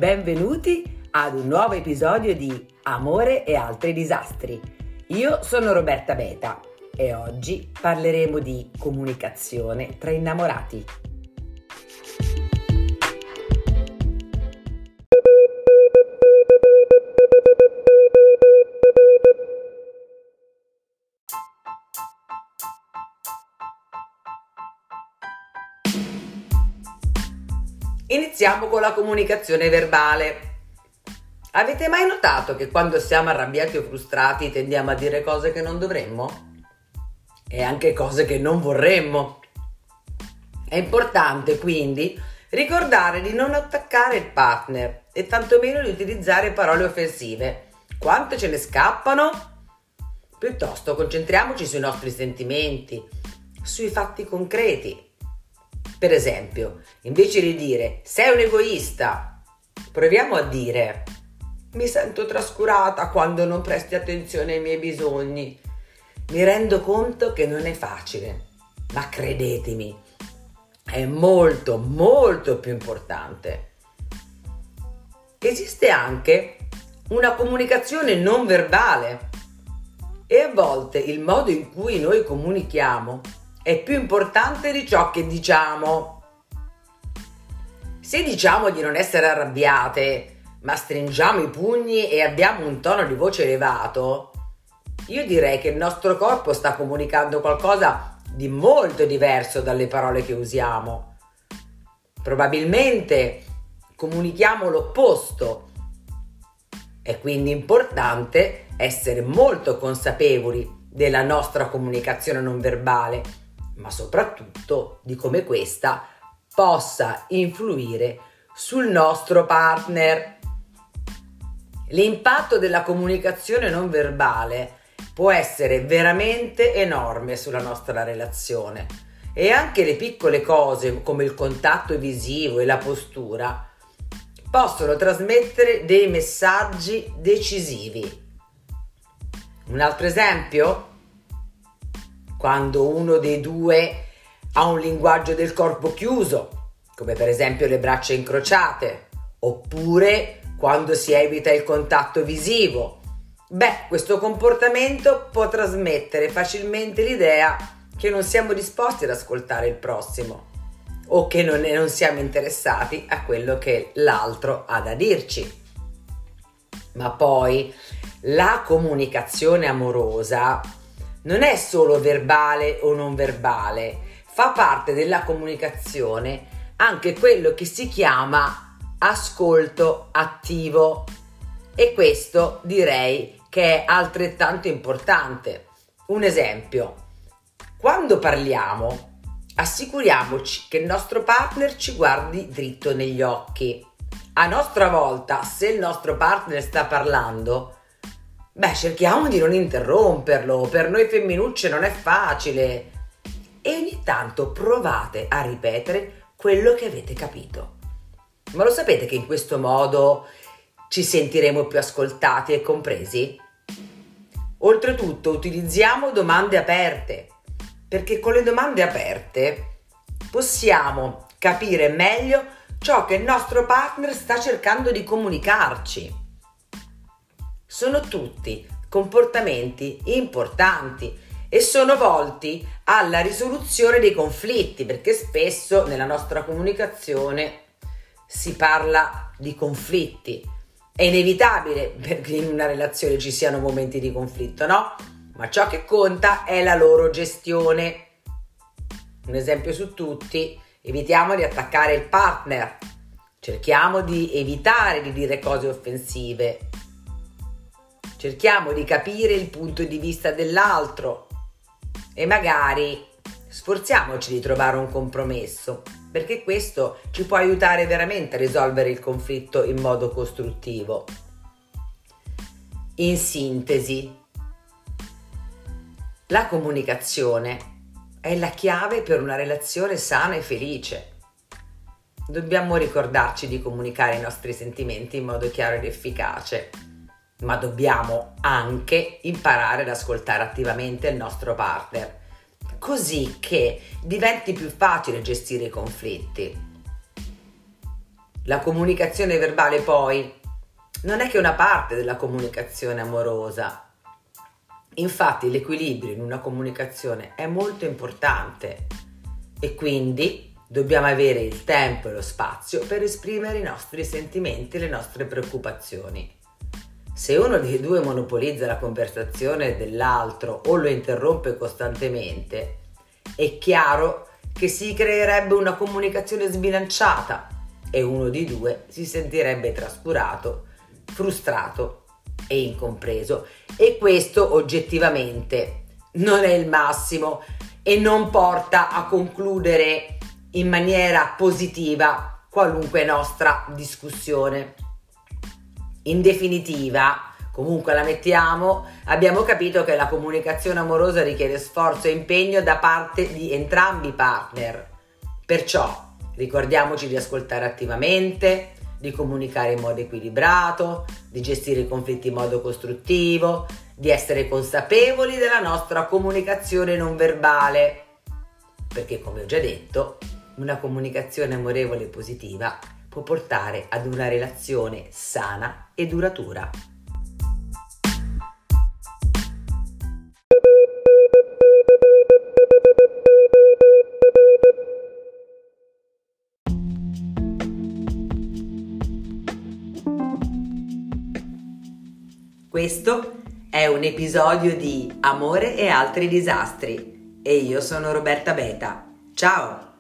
Benvenuti ad un nuovo episodio di Amore e altri disastri. Io sono Roberta Beta e oggi parleremo di comunicazione tra innamorati. Iniziamo con la comunicazione verbale. Avete mai notato che quando siamo arrabbiati o frustrati tendiamo a dire cose che non dovremmo? E anche cose che non vorremmo? È importante quindi ricordare di non attaccare il partner e tantomeno di utilizzare parole offensive. Quante ce ne scappano? Piuttosto concentriamoci sui nostri sentimenti, sui fatti concreti. Per esempio, invece di dire sei un egoista, proviamo a dire mi sento trascurata quando non presti attenzione ai miei bisogni. Mi rendo conto che non è facile, ma credetemi, è molto, molto più importante. Esiste anche una comunicazione non verbale e a volte il modo in cui noi comunichiamo è più importante di ciò che diciamo. Se diciamo di non essere arrabbiate, ma stringiamo i pugni e abbiamo un tono di voce elevato, io direi che il nostro corpo sta comunicando qualcosa di molto diverso dalle parole che usiamo. Probabilmente comunichiamo l'opposto. È quindi importante essere molto consapevoli della nostra comunicazione non verbale, ma soprattutto di come questa possa influire sul nostro partner. L'impatto della comunicazione non verbale può essere veramente enorme sulla nostra relazione e anche le piccole cose come il contatto visivo e la postura possono trasmettere dei messaggi decisivi. Un altro esempio? Quando uno dei due ha un linguaggio del corpo chiuso, come per esempio le braccia incrociate, oppure quando si evita il contatto visivo. Questo comportamento può trasmettere facilmente l'idea che non siamo disposti ad ascoltare il prossimo o che non siamo interessati a quello che l'altro ha da dirci. Ma poi la comunicazione amorosa non è solo verbale o non verbale, fa parte della comunicazione anche quello che si chiama ascolto attivo e questo direi che è altrettanto importante. Un esempio, quando parliamo assicuriamoci che il nostro partner ci guardi dritto negli occhi. A nostra volta, se il nostro partner sta parlando, cerchiamo di non interromperlo, per noi femminucce non è facile. E ogni tanto provate a ripetere quello che avete capito. Ma lo sapete che in questo modo ci sentiremo più ascoltati e compresi? Oltretutto utilizziamo domande aperte, perché con le domande aperte possiamo capire meglio ciò che il nostro partner sta cercando di comunicarci. Sono tutti comportamenti importanti e sono volti alla risoluzione dei conflitti, perché spesso nella nostra comunicazione si parla di conflitti. È inevitabile perché in una relazione ci siano momenti di conflitto, no? Ma ciò che conta è la loro gestione. Un esempio su tutti: evitiamo di attaccare il partner, cerchiamo di evitare di dire cose offensive. Cerchiamo di capire il punto di vista dell'altro e magari sforziamoci di trovare un compromesso, perché questo ci può aiutare veramente a risolvere il conflitto in modo costruttivo. In sintesi, la comunicazione è la chiave per una relazione sana e felice. Dobbiamo ricordarci di comunicare i nostri sentimenti in modo chiaro ed efficace, ma dobbiamo anche imparare ad ascoltare attivamente il nostro partner, così che diventi più facile gestire i conflitti. La comunicazione verbale poi non è che una parte della comunicazione amorosa. Infatti l'equilibrio in una comunicazione è molto importante e quindi dobbiamo avere il tempo e lo spazio per esprimere i nostri sentimenti e le nostre preoccupazioni. Se uno dei due monopolizza la conversazione dell'altro o lo interrompe costantemente, è chiaro che si creerebbe una comunicazione sbilanciata e uno di due si sentirebbe trascurato, frustrato e incompreso, e questo oggettivamente non è il massimo e non porta a concludere in maniera positiva qualunque nostra discussione. In definitiva, comunque la mettiamo, abbiamo capito che la comunicazione amorosa richiede sforzo e impegno da parte di entrambi i partner. Perciò ricordiamoci di ascoltare attivamente, di comunicare in modo equilibrato, di gestire i conflitti in modo costruttivo, di essere consapevoli della nostra comunicazione non verbale, perché come ho già detto, una comunicazione amorevole e positiva può portare ad una relazione sana e duratura. Questo è un episodio di Amore e altri disastri e io sono Roberta Beta. Ciao!